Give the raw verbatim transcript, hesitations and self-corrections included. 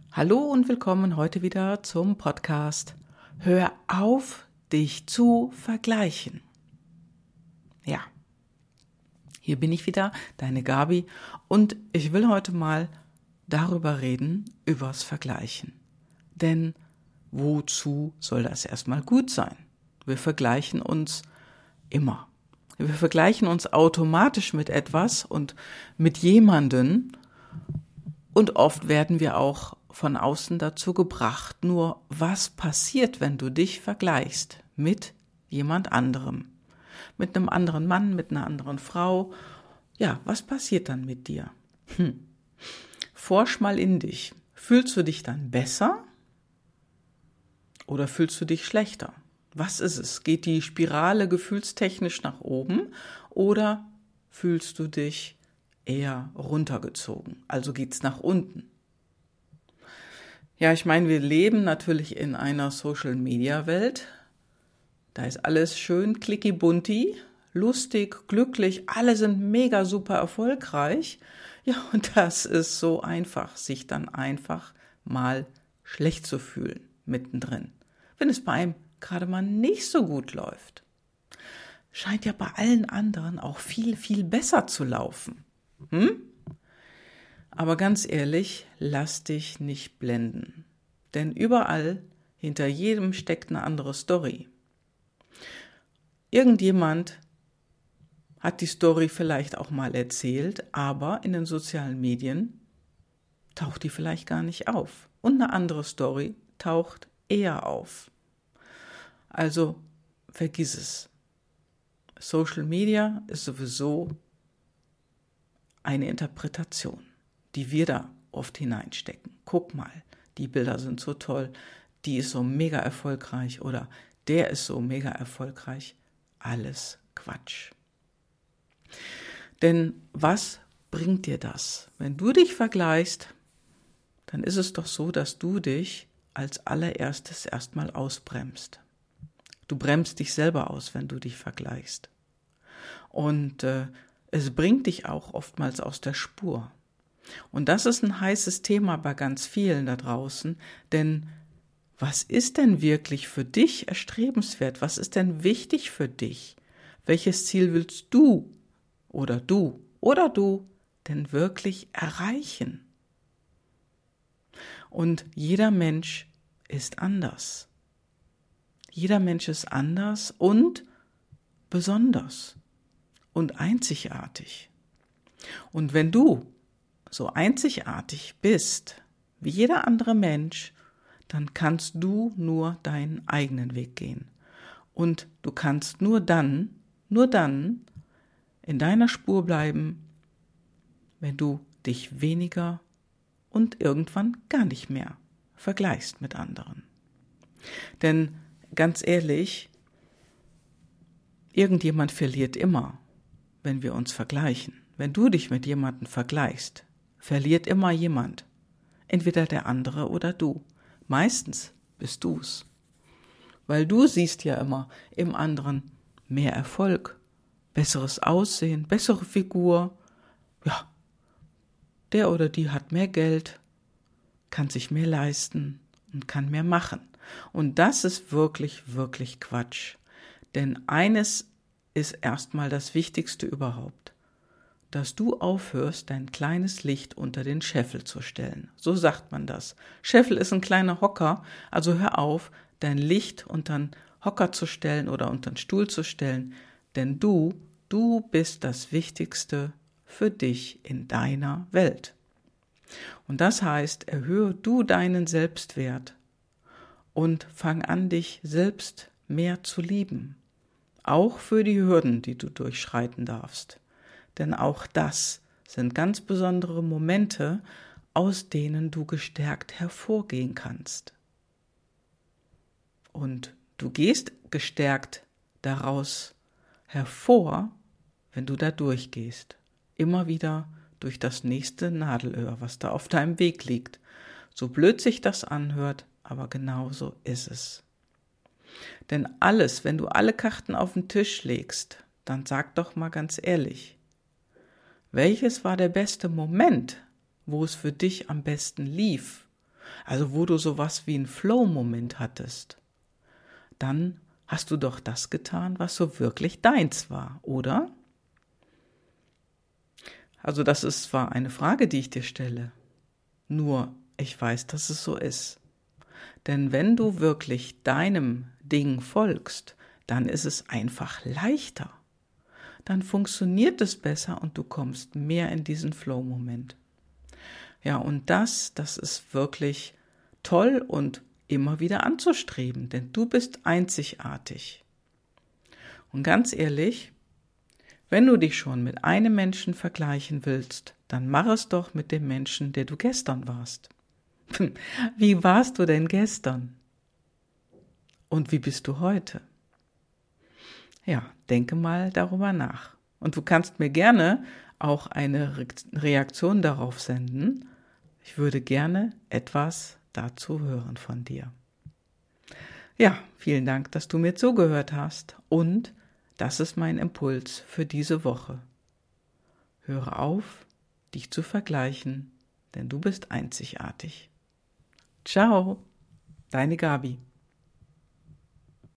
Hallo und willkommen heute wieder zum Podcast Hör auf, dich zu vergleichen. Ja, hier bin ich wieder, deine Gabi, und ich will heute mal darüber reden, übers Vergleichen. Denn wozu soll das erstmal gut sein? Wir vergleichen uns immer. Wir vergleichen uns automatisch mit etwas und mit jemanden, und oft werden wir auch von außen dazu gebracht. Nur was passiert, wenn du dich vergleichst mit jemand anderem? Mit einem anderen Mann, mit einer anderen Frau? Ja, was passiert dann mit dir? Hm. Forsch mal in dich. Fühlst du dich dann besser oder fühlst du dich schlechter? Was ist es? Geht die Spirale gefühlstechnisch nach oben oder fühlst du dich eher runtergezogen? Also geht's nach unten. Ja, ich meine, wir leben natürlich in einer Social-Media-Welt. Da ist alles schön clicky-bunti, lustig, glücklich, alle sind mega super erfolgreich. Ja, und das ist so einfach, sich dann einfach mal schlecht zu fühlen, mittendrin. Wenn es bei einem gerade mal nicht so gut läuft. Scheint ja bei allen anderen auch viel, viel besser zu laufen. Hm? Aber ganz ehrlich, lass dich nicht blenden. Denn überall, hinter jedem steckt eine andere Story. Irgendjemand hat die Story vielleicht auch mal erzählt, aber in den sozialen Medien taucht die vielleicht gar nicht auf. Und eine andere Story taucht eher auf. Also vergiss es. Social Media ist sowieso eine Interpretation, die wir da oft hineinstecken. Guck mal, die Bilder sind so toll, die ist so mega erfolgreich oder der ist so mega erfolgreich. Alles Quatsch. Denn was bringt dir das? Wenn du dich vergleichst, dann ist es doch so, dass du dich als allererstes erstmal ausbremst. Du bremst dich selber aus, wenn du dich vergleichst. Und äh, es bringt dich auch oftmals aus der Spur. Und das ist ein heißes Thema bei ganz vielen da draußen, denn was ist denn wirklich für dich erstrebenswert? Was ist denn wichtig für dich? Welches Ziel willst du oder du oder du denn wirklich erreichen? Und jeder Mensch ist anders. Jeder Mensch ist anders und besonders und einzigartig. Und wenn du so einzigartig bist wie jeder andere Mensch, dann kannst du nur deinen eigenen Weg gehen. Und du kannst nur dann, nur dann in deiner Spur bleiben, wenn du dich weniger und irgendwann gar nicht mehr vergleichst mit anderen. Denn ganz ehrlich, irgendjemand verliert immer, wenn wir uns vergleichen. Wenn du dich mit jemandem vergleichst, verliert immer jemand. Entweder der andere oder du. Meistens bist du's. Weil du siehst ja immer im anderen mehr Erfolg, besseres Aussehen, bessere Figur. Ja, der oder die hat mehr Geld, kann sich mehr leisten und kann mehr machen. Und das ist wirklich, wirklich Quatsch. Denn eines ist erstmal das Wichtigste überhaupt, dass du aufhörst, dein kleines Licht unter den Scheffel zu stellen. So sagt man das. Scheffel ist ein kleiner Hocker, also hör auf, dein Licht unter den Hocker zu stellen oder unter den Stuhl zu stellen, denn du, du bist das Wichtigste für dich in deiner Welt. Und das heißt, erhöhe du deinen Selbstwert und fang an, dich selbst mehr zu lieben. Auch für die Hürden, die du durchschreiten darfst. Denn auch das sind ganz besondere Momente, aus denen du gestärkt hervorgehen kannst. Und du gehst gestärkt daraus hervor, wenn du da durchgehst. Immer wieder durch das nächste Nadelöhr, was da auf deinem Weg liegt. So blöd sich das anhört, aber genau so ist es. Denn alles, wenn du alle Karten auf den Tisch legst, dann sag doch mal ganz ehrlich, welches war der beste Moment, wo es für dich am besten lief? also wo du sowas wie einen Flow-Moment hattest, dann hast du doch das getan, was so wirklich deins war, oder? Also das ist zwar eine Frage, die ich dir stelle, nur ich weiß, dass es so ist. Denn wenn du wirklich deinem Ding folgst, dann ist es einfach leichter. Dann funktioniert es besser und du kommst mehr in diesen Flow-Moment. Ja, und das, das ist wirklich toll und immer wieder anzustreben, denn du bist einzigartig. Und ganz ehrlich, wenn du dich schon mit einem Menschen vergleichen willst, dann mach es doch mit dem Menschen, der du gestern warst. Wie warst du denn gestern? Und wie bist du heute? Ja, denke mal darüber nach. Und du kannst mir gerne auch eine Reaktion darauf senden. Ich würde gerne etwas dazu hören von dir. Ja, vielen Dank, dass du mir zugehört hast. Und das ist mein Impuls für diese Woche. Höre auf, dich zu vergleichen, denn du bist einzigartig. Ciao, deine Gabi.